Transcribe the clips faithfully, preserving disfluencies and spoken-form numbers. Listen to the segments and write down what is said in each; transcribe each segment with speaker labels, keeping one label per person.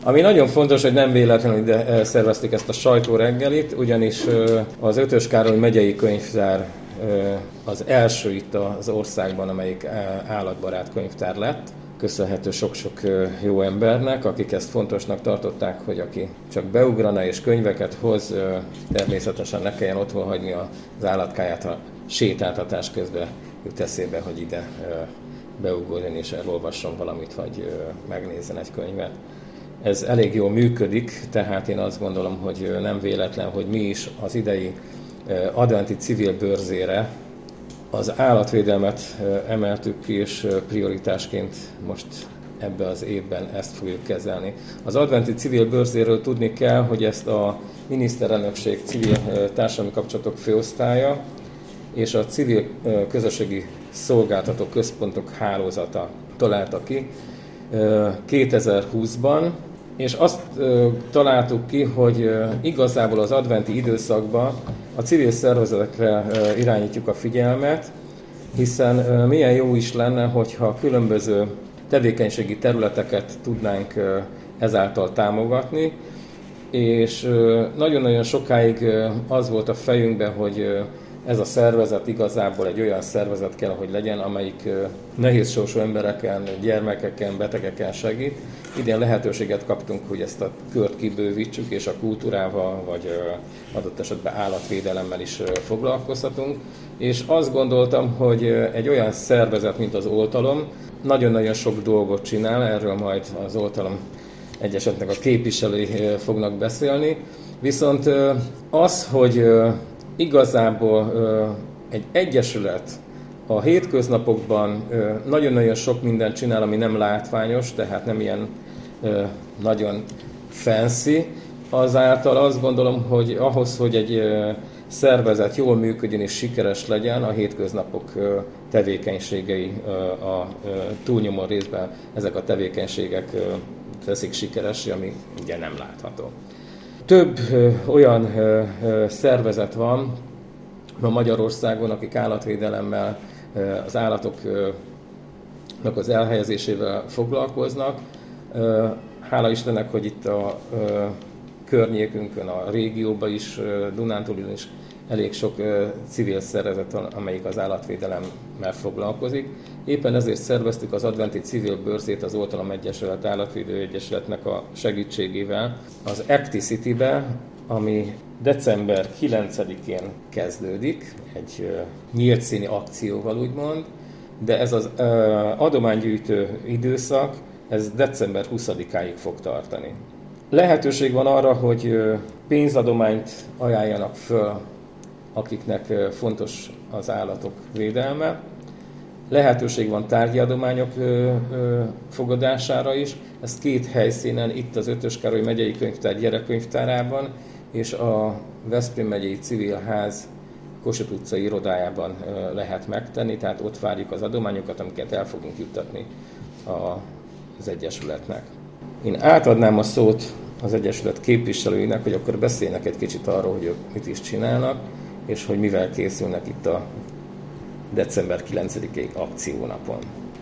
Speaker 1: Ami nagyon fontos, hogy nem véletlenül ide szervezték ezt a sajtóreggelit, ugyanis az Ötös Károly megyei könyvtár az első itt az országban, amelyik állatbarát könyvtár lett. Köszönhető sok-sok jó embernek, akik ezt fontosnak tartották, hogy aki csak beugrana és könyveket hoz, természetesen ne kelljen otthon hagyni az állatkáját, a sétáltatás közben jut eszébe, hogy ide beugorjon és elolvasson valamit, vagy megnézzen egy könyvet. Ez elég jól működik, tehát én azt gondolom, hogy nem véletlen, hogy mi is az idei adventi civil bőrzére az állatvédelmet emeltük ki, és prioritásként most ebben az évben ezt fogjuk kezelni. Az adventi civil bőrzéről tudni kell, hogy ezt a miniszterelnökség civil társadalmi kapcsolatok főosztálya és a civil közösségi szolgáltató központok hálózata találta ki kétezer-húszban, és azt találtuk ki, hogy igazából az adventi időszakban a civil szervezetekre irányítjuk a figyelmet, hiszen milyen jó is lenne, hogyha különböző tevékenységi területeket tudnánk ezáltal támogatni, és nagyon-nagyon sokáig az volt a fejünkben, hogy ez a szervezet igazából egy olyan szervezet kell, hogy legyen, amelyik nehézsorsú embereken, gyermekeken, betegeken segít. Idén lehetőséget kaptunk, hogy ezt a kört kibővítsük, és a kultúrával, vagy adott esetben állatvédelemmel is foglalkozhatunk. És azt gondoltam, hogy egy olyan szervezet, mint az Oltalom, nagyon-nagyon sok dolgot csinál, erről majd az Oltalom egyeseknek a képviselői fognak beszélni. Viszont az, hogy igazából egy egyesület a hétköznapokban nagyon-nagyon sok mindent csinál, ami nem látványos, tehát nem ilyen nagyon fancy, azáltal azt gondolom, hogy ahhoz, hogy egy szervezet jól működjön és sikeres legyen, a hétköznapok tevékenységei a túlnyomó részben ezek a tevékenységek teszik sikeressé, ami ugye nem látható. Több ö, olyan ö, ö, szervezet van ma Magyarországon, akik állatvédelemmel, ö, az állatoknak az elhelyezésével foglalkoznak. Ö, hála Istennek, hogy itt a ö, környékünkön, a régióban is, ö, Dunántúlon is elég sok ö, civil szervezet van, amelyik az állatvédelemmel foglalkozik. Éppen ezért szerveztük az adventi civil bőrzét az Oltalom Egyesület Állatvédő Egyesületnek a segítségével az Acticity-be, ami december kilencedikén kezdődik, egy ö, nyílt színi akcióval úgymond, de ez az ö, adománygyűjtő időszak, ez december huszadikáig fog tartani. Lehetőség van arra, hogy ö, pénzadományt ajánljanak föl, akiknek ö, fontos az állatok védelme. Lehetőség van tárgyi adományok ö, ö, fogadására is, ezt két helyszínen, itt az Ötös Károly megyei könyvtár gyerekkönyvtárában és a Veszprém megyei Civil Ház Kossuth utcai irodájában ö, lehet megtenni, tehát ott várjuk az adományokat, amiket el fogunk juttatni a, az Egyesületnek. Én átadnám a szót az Egyesület képviselőinek, hogy akkor beszélnek egy kicsit arról, hogy ők mit is csinálnak, és hogy mivel készülnek itt a december kilencedikéig akciónapon.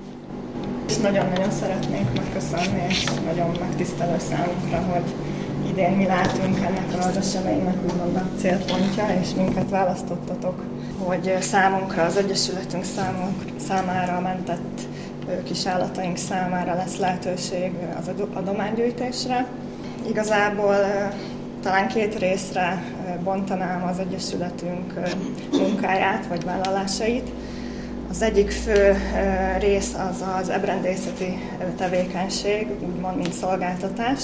Speaker 2: És nagyon-nagyon szeretnénk megköszönni, és nagyon megtisztelő számunkra, hogy idén mi látunk ennek az eseménynek úgymond a célpontja, és minket választottatok, hogy számunkra, az Egyesületünk számunk, számára mentett kis állataink számára lesz lehetőség az adománygyűjtésre. Igazából talán két részre bontanám az Egyesületünk munkáját vagy vállalásait. Az egyik fő rész az az ebrendészeti tevékenység, úgymond mint szolgáltatás.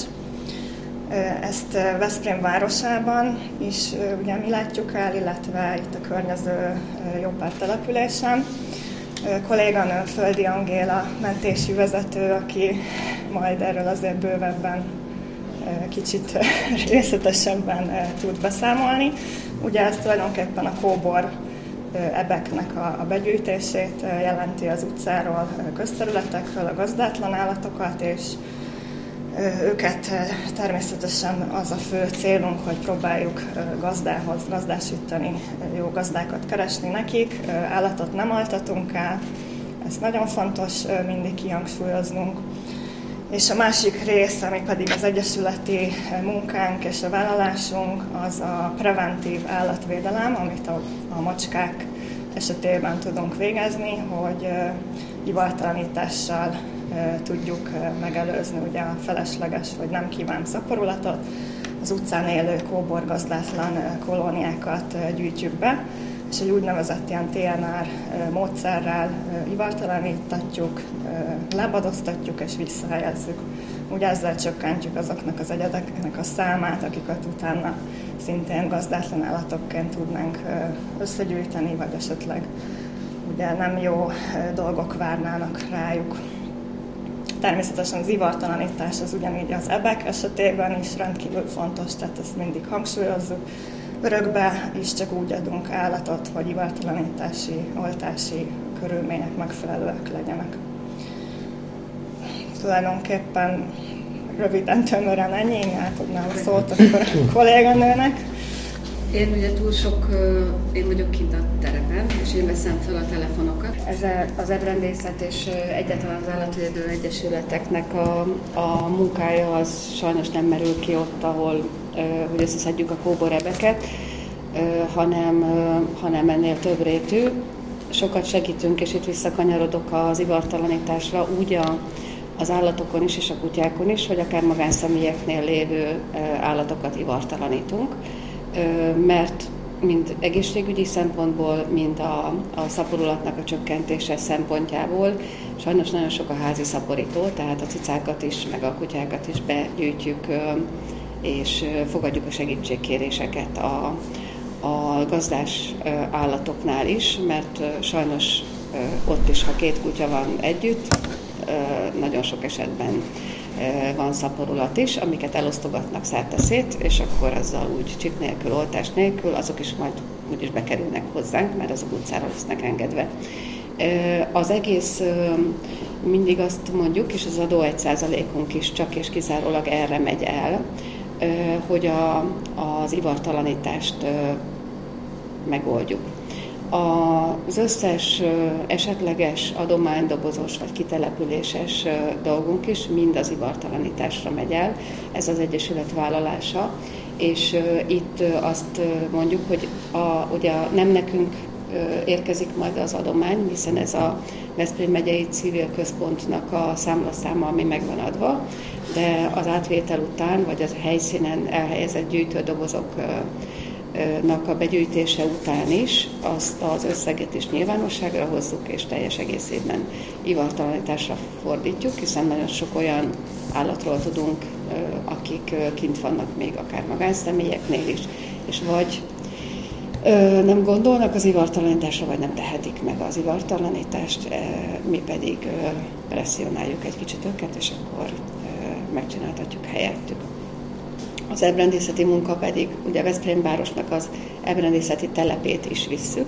Speaker 2: Ezt Veszprém városában is ugye mi látjuk el, illetve itt a környező jó pár településen. Kolléganő Földi Angéla mentési vezető, aki majd erről azért bővebben kicsit részletesebben tud beszámolni. Ugye ez tulajdonképpen a kóbor ebeknek a begyűjtését jelenti az utcáról, közterületekről, a gazdátlan állatokat, és őket természetesen az a fő célunk, hogy próbáljuk gazdához gazdásítani, jó gazdákat keresni nekik, állatot nem altatunk el, ezt nagyon fontos mindig kihangsúlyoznunk, És a másik rész, ami pedig az egyesületi munkánk és a vállalásunk, az a preventív állatvédelem, amit a, a macskák esetében tudunk végezni, hogy ivartalanítással tudjuk megelőzni ugye a felesleges vagy nem kívánt szaporulatot. Az utcán élő kóborgazdátlan kolóniákat gyűjtjük be, és egy úgynevezett ilyen té en er módszerrel ivartalanítatjuk, lebadoztatjuk és visszahelyezzük. Úgy ezzel csökkentjük azoknak az egyedeknek a számát, akiket utána szintén gazdátlan állatokként tudnánk összegyűjteni, vagy esetleg ugye nem jó dolgok várnának rájuk. Természetesen az ivartalanítás az ugyanígy az ebek esetében is rendkívül fontos, tehát ezt mindig hangsúlyozzuk. Örökbe is csak úgy adunk állatot, hogy ivartalanítási, oltási körülmények megfelelőek legyenek. Tulajdonképpen röviden, tömören ennyi, átadnám a szót akkor a kolléganőnek.
Speaker 3: Én ugye túl sok, én vagyok kint a terepen, és én veszem fel a telefonokat. Ez az ebrendészet és egyáltalán az állatvédő egyesületeknek a, a munkája az sajnos nem merül ki ott, ahol hogy összeszedjük a kóborebeket, hanem, hanem ennél több rétű. Sokat segítünk, és itt visszakanyarodok az ivartalanításra, úgy a, az állatokon is és a kutyákon is, hogy akár magánszemélyeknél lévő állatokat ivartalanítunk, mert mind egészségügyi szempontból, mind a, a szaporulatnak a csökkentése szempontjából sajnos nagyon sok a házi szaporító, tehát a cicákat is, meg a kutyákat is begyűjtjük, és fogadjuk a segítségkéréseket a, a gazdás állatoknál is, mert sajnos ott is, ha két kutya van együtt, nagyon sok esetben van szaporulat is, amiket elosztogatnak szerte-szét, és akkor azzal úgy csip nélkül, oltás nélkül, azok is majd úgyis bekerülnek hozzánk, mert azok utcára lesznek engedve. Az egész mindig azt mondjuk, és az adó egy százalékunk is csak és kizárólag erre megy el, hogy a, az ivartalanítást megoldjuk. Az összes esetleges adománydobozos vagy kitelepüléses dolgunk is mind az ivartalanításra megy el, ez az egyesület vállalása, és itt azt mondjuk, hogy a, ugye nem nekünk érkezik majd az adomány, hiszen ez a Veszprém megyei civil központnak a számlaszáma, ami meg van adva, de az átvétel után, vagy az helyszínen elhelyezett gyűjtődobozoknak a begyűjtése után is azt az összeget is nyilvánosságra hozzuk, és teljes egészében ivartalanításra fordítjuk, hiszen nagyon sok olyan állatról tudunk, akik kint vannak még akár magánszemélyeknél is, és vagy nem gondolnak az ivartalanításra, vagy nem tehetik meg az ivartalanítást, mi pedig presszionáljuk egy kicsit őket, és akkor megcsináltatjuk helyettük. Az ebrendészeti munka pedig, ugye Veszprém városnak az ebrendészeti telepét is visszük,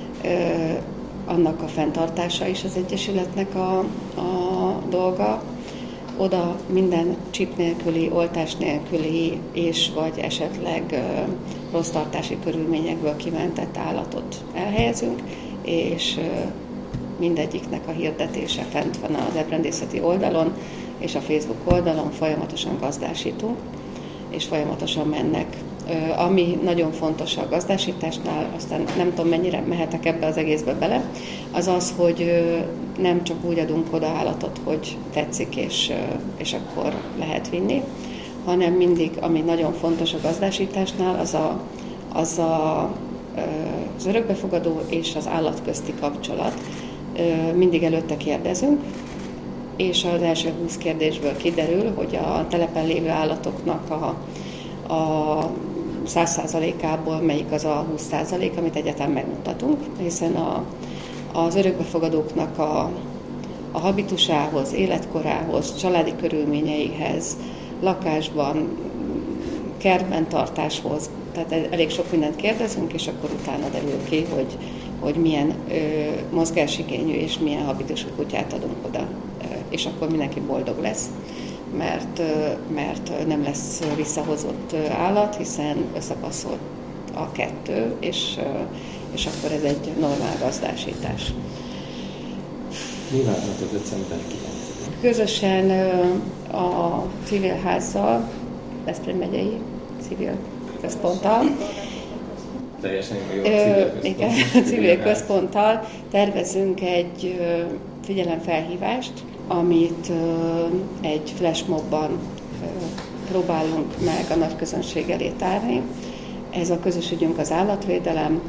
Speaker 3: annak a fenntartása is az egyesületnek a, a dolga. Oda minden csip nélküli, oltás nélküli és vagy esetleg rossz tartási körülményekből kimentett állatot elhelyezünk, és mindegyiknek a hirdetése fent van az ebrendészeti oldalon, és a Facebook oldalon folyamatosan gazdásítunk, és folyamatosan mennek. Ami nagyon fontos a gazdásításnál, aztán nem tudom mennyire mehetek ebbe az egészbe bele, az az, hogy nem csak úgy adunk oda állatot, hogy tetszik, és, és akkor lehet vinni, hanem mindig, ami nagyon fontos a gazdásításnál, az a, az, a, az örökbefogadó és az állat közti kapcsolat. Mindig előtte kérdezünk, és az első húsz kérdésből kiderül, hogy a telepen lévő állatoknak a, a száz százalékából melyik az a húsz százalék, amit egyáltalán megmutatunk, hiszen a, az örökbefogadóknak a, a habitusához, életkorához, családi körülményeihez, lakásban, kertben tartáshoz, tehát elég sok mindent kérdezünk, és akkor utána derül ki, hogy, hogy milyen ö, mozgásigényű és milyen habitusú kutyát adunk oda, és akkor mindenki boldog lesz, mert, mert nem lesz visszahozott állat, hiszen összepasszolt a kettő, és, és akkor ez egy normál gazdásítás.
Speaker 1: Mi várható december kilencedikén?
Speaker 3: Közösen a civil házzal, Veszprém megyei civil központtal,
Speaker 1: Teljesen jó, civil központ.
Speaker 3: Igen, civil központtal tervezünk egy figyelemfelhívást, amit egy flashmobban próbálunk meg a nagy közönség elé tárni. Ez a közös ügyünk az állatvédelem.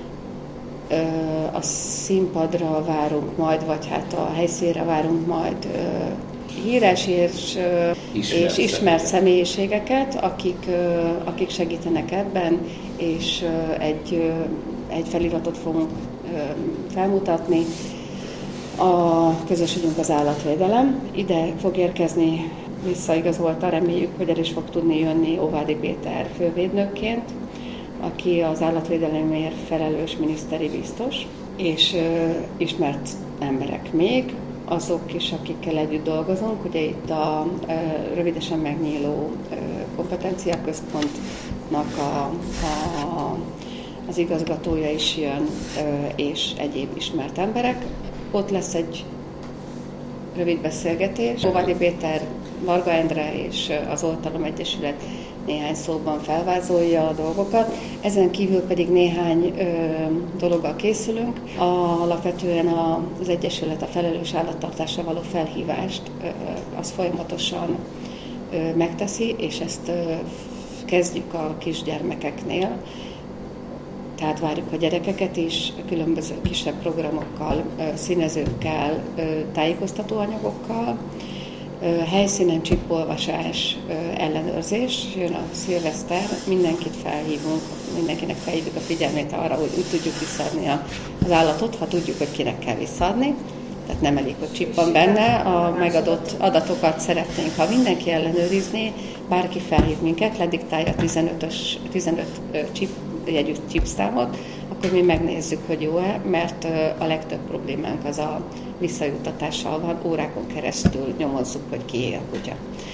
Speaker 3: A színpadra várunk majd, vagy hát a helyszínre várunk majd híres és ismert, és ismert személyiségeket, akik, akik segítenek ebben, és egy, egy feliratot fogunk felmutatni. A közös ügyünk az állatvédelem. Ide fog érkezni, visszaigazolta, reméljük, hogy el is fog tudni jönni Óvádi Péter fővédnökként, aki az állatvédelemért felelős miniszteri biztos, és ö, ismert emberek még, azok is, akikkel együtt dolgozunk. Ugye itt a ö, rövidesen megnyíló ö, kompetenciaközpontnak a, a, az igazgatója is jön, ö, és egyéb ismert emberek. Ott lesz egy rövid beszélgetés. Óvádi Péter, Varga Endre és az Oltalom Egyesület néhány szóban felvázolja a dolgokat. Ezen kívül pedig néhány ö, dologgal készülünk. A, alapvetően az Egyesület a felelős állattartásra való felhívást ö, az folyamatosan ö, megteszi, és ezt ö, kezdjük a kisgyermekeknél. Tehát várjuk a gyerekeket is különböző kisebb programokkal, ö, színezőkkel, ö, tájékoztatóanyagokkal, helyszínen csipolvasás, ellenőrzés, jön a szilveszter, mindenkit felhívunk, mindenkinek felhívjuk a figyelmét arra, hogy úgy tudjuk visszaadni az állatot, ha tudjuk, hogy kinek kell visszaadni. Tehát nem elég, hogy csip van benne, a megadott adatokat szeretnénk, ha mindenki ellenőrizni, bárki felhív minket, lediktálja a tizenötös, tizenöt chip, jegyű chipszámot, akkor mi megnézzük, hogy jó-e, mert a legtöbb problémánk az a visszajuttatással van, órákon keresztül nyomozzuk, hogy kié a kutya.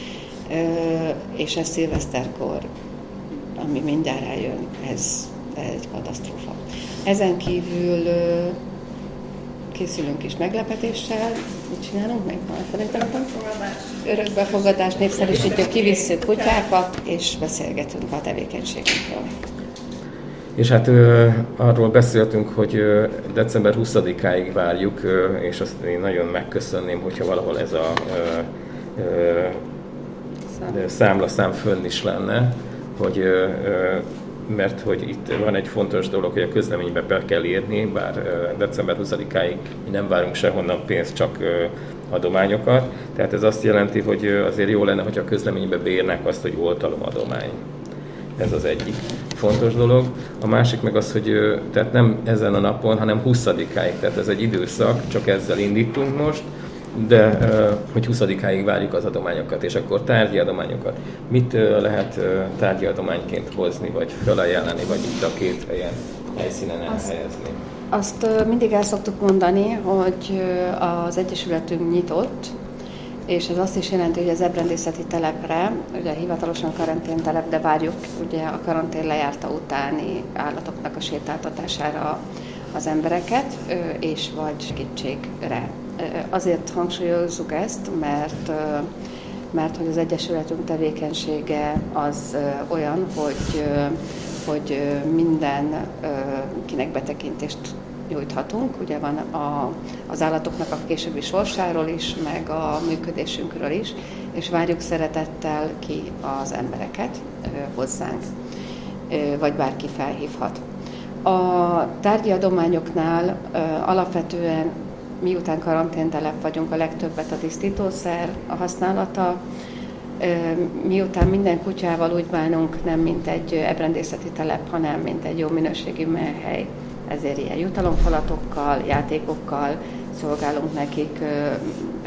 Speaker 3: És ez szilveszterkor, ami mindjárt eljön, ez egy katasztrófa. Ezen kívül készülünk is meglepetéssel. Mit csinálunk még? Elfelejtettem. Örökbefogadás, népszerűsítjük, kivisszük kutyákat, és beszélgetünk a tevékenységünkről.
Speaker 1: És hát ö, arról beszéltünk, hogy ö, december huszadikáig várjuk, ö, és azt én nagyon megköszönném, hogyha valahol ez a ö, ö, számlaszám fönn is lenne, hogy, ö, ö, mert hogy itt van egy fontos dolog, hogy a közleménybe be kell írni, bár ö, december huszadikáig mi nem várunk sehonnan pénzt, csak ö, adományokat. Tehát ez azt jelenti, hogy ö, azért jó lenne, hogy a közleménybe beírnák azt, hogy oltalomadomány. Ez az egyik fontos dolog. A másik meg az, hogy tehát nem ezen a napon, hanem huszadikáig, tehát ez egy időszak, csak ezzel indítunk most, de hogy huszadikáig várjuk az adományokat, és akkor tárgyi adományokat. Mit lehet tárgyi adományként hozni, vagy felajánlani, vagy itt a két helyen, helyszínen elhelyezni?
Speaker 3: Azt, azt mindig el szoktuk mondani, hogy az Egyesületünk nyitott, és ez azt is jelenti, hogy az ebrendészeti telepre, ugye hivatalosan karanténtelep, de várjuk ugye a karantén lejárta utáni állatoknak a sétáltatására az embereket, és vagy segítségre. Azért hangsúlyozzuk ezt, mert, mert hogy az Egyesületünk tevékenysége az olyan, hogy, hogy mindenkinek betekintést nyújthatunk. Ugye van a, az állatoknak a későbbi sorsáról is, meg a működésünkről is, és várjuk szeretettel ki az embereket ö, hozzánk, ö, vagy bárki felhívhat. A tárgyi adományoknál ö, alapvetően miután karanténtelep vagyunk, a legtöbbet a tisztítószer a használata, ö, miután minden kutyával úgy bánunk, nem mint egy ebrendészeti telep, hanem mint egy jó minőségű melyhely, ezért ilyen jutalomfalatokkal, játékokkal szolgálunk nekik, ö, ö,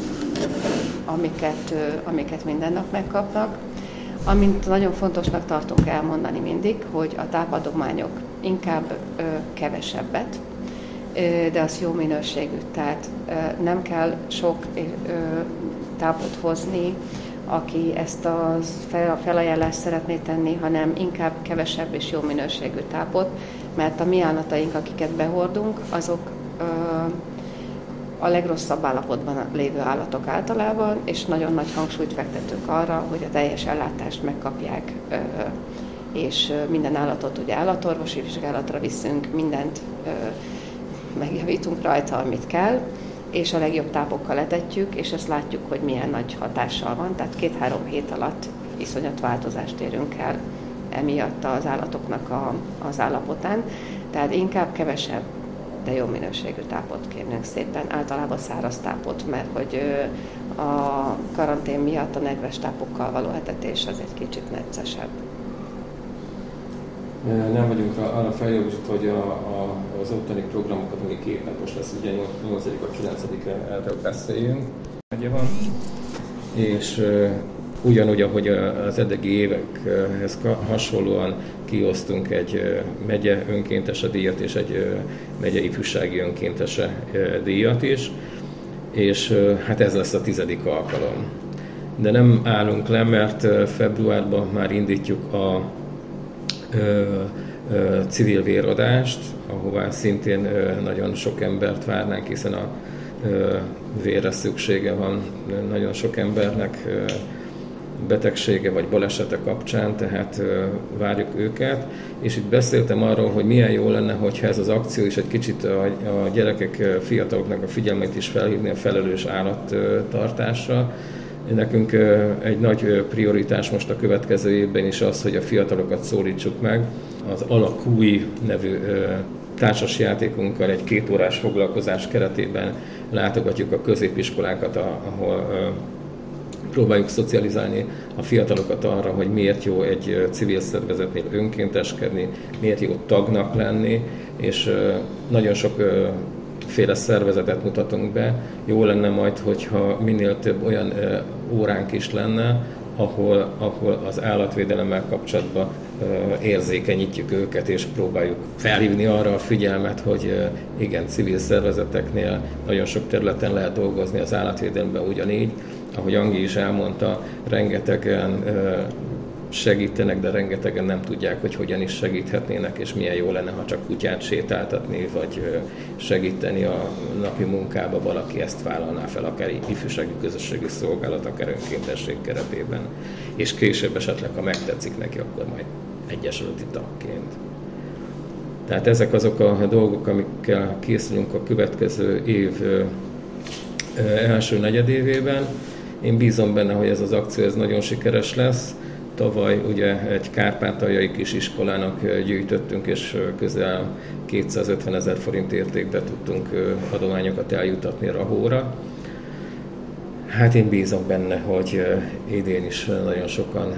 Speaker 3: amiket, ö, amiket minden nap megkapnak. Amint nagyon fontosnak tartunk elmondani mindig, hogy a tápadományok inkább ö, kevesebbet, ö, de az jó minőségű. Tehát ö, nem kell sok ö, tápot hozni, aki ezt a felajánlást szeretné tenni, hanem inkább kevesebb és jó minőségű tápot, mert a mi állataink, akiket behordunk, azok ö, a legrosszabb állapotban lévő állatok általában, és nagyon nagy hangsúlyt fektetünk arra, hogy a teljes ellátást megkapják, és minden állatot ugye állatorvosi vizsgálatra viszünk, mindent megjavítunk rajta, amit kell, és a legjobb tápokkal etetjük, és ezt látjuk, hogy milyen nagy hatással van, tehát két-három hét alatt iszonyat változást érünk el emiatt az állatoknak a, az állapotán, tehát inkább kevesebb, de jó minőségű tápot kérnünk szépen, általában száraz tápot, mert hogy a karantén miatt a nedves tápokkal való etetés az egy kicsit neccesebb.
Speaker 1: Nem vagyunk arra feljogosítva, hogy a, a, az ottani programokat, ami két napos lesz, ugye nyolcadik a kilencedike erről beszéljünk. Van. És uh, ugyanúgy, ahogy az eddigi évekhez hasonlóan kiosztunk egy megye önkéntese díjat és egy megye ifjúsági önkéntese díjat is, és hát ez lesz a tizedik alkalom. De nem állunk le, mert februárban már indítjuk a ö, ö, civil véradást, ahová szintén ö, nagyon sok embert várnánk, hiszen a ö, vérre szüksége van nagyon sok embernek, ö, betegsége vagy balesete kapcsán, tehát várjuk őket. És itt beszéltem arról, hogy milyen jó lenne, hogyha ez az akció is egy kicsit a, a gyerekek, fiataloknak a figyelmét is felhívni a felelős állattartásra. Nekünk egy nagy prioritás most a következő évben is az, hogy a fiatalokat szólítsuk meg. Az Alakúi nevű társas játékunkkal egy kétórás foglalkozás keretében látogatjuk a középiskolákat, ahol próbáljuk szocializálni a fiatalokat arra, hogy miért jó egy civil szervezetnél önkénteskedni, miért jó tagnak lenni, és nagyon sok féle szervezetet mutatunk be. Jó lenne majd, hogyha minél több olyan óránk is lenne, ahol, ahol az állatvédelemmel kapcsolatban érzékenyítjük őket, és próbáljuk felhívni arra a figyelmet, hogy igen, civil szervezeteknél nagyon sok területen lehet dolgozni, az állatvédelemben ugyanígy. Ahogy Angi is elmondta, rengetegen segítenek, de rengetegen nem tudják, hogy hogyan is segíthetnének, és milyen jó lenne, ha csak kutyát sétáltatni, vagy segíteni a napi munkába valaki ezt vállalná fel, akár ifjúsági közösségi szolgálat, akár önkéntesség keretében, és később esetleg, ha megtetszik neki, akkor majd egyesületi tagként. Tehát ezek azok a dolgok, amikkel készülünk a következő év első negyedévében. Én bízom benne, hogy ez az akció ez nagyon sikeres lesz. Tavaly ugye egy kárpátaljai kis iskolának gyűjtöttünk, és közel kétszázötven ezer forint értékben tudtunk adományokat eljutatni Rahóra. Hát én bízom benne, hogy idén is nagyon sokan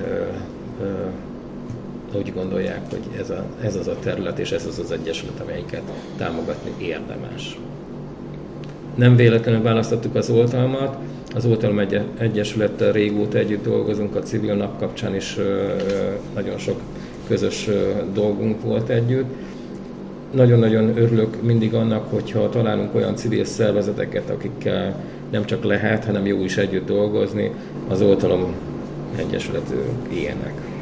Speaker 1: úgy gondolják, hogy ez, a, ez az a terület és ez az az egyesület, amelyiket támogatni érdemes. Nem véletlenül választottuk az oltalmat. Az Oltalom Egyesülettel régóta együtt dolgozunk, a civil nap kapcsán is nagyon sok közös dolgunk volt együtt. Nagyon-nagyon örülök mindig annak, hogyha találunk olyan civil szervezeteket, akikkel nem csak lehet, hanem jó is együtt dolgozni. Az Oltalom Egyesület ilyenek.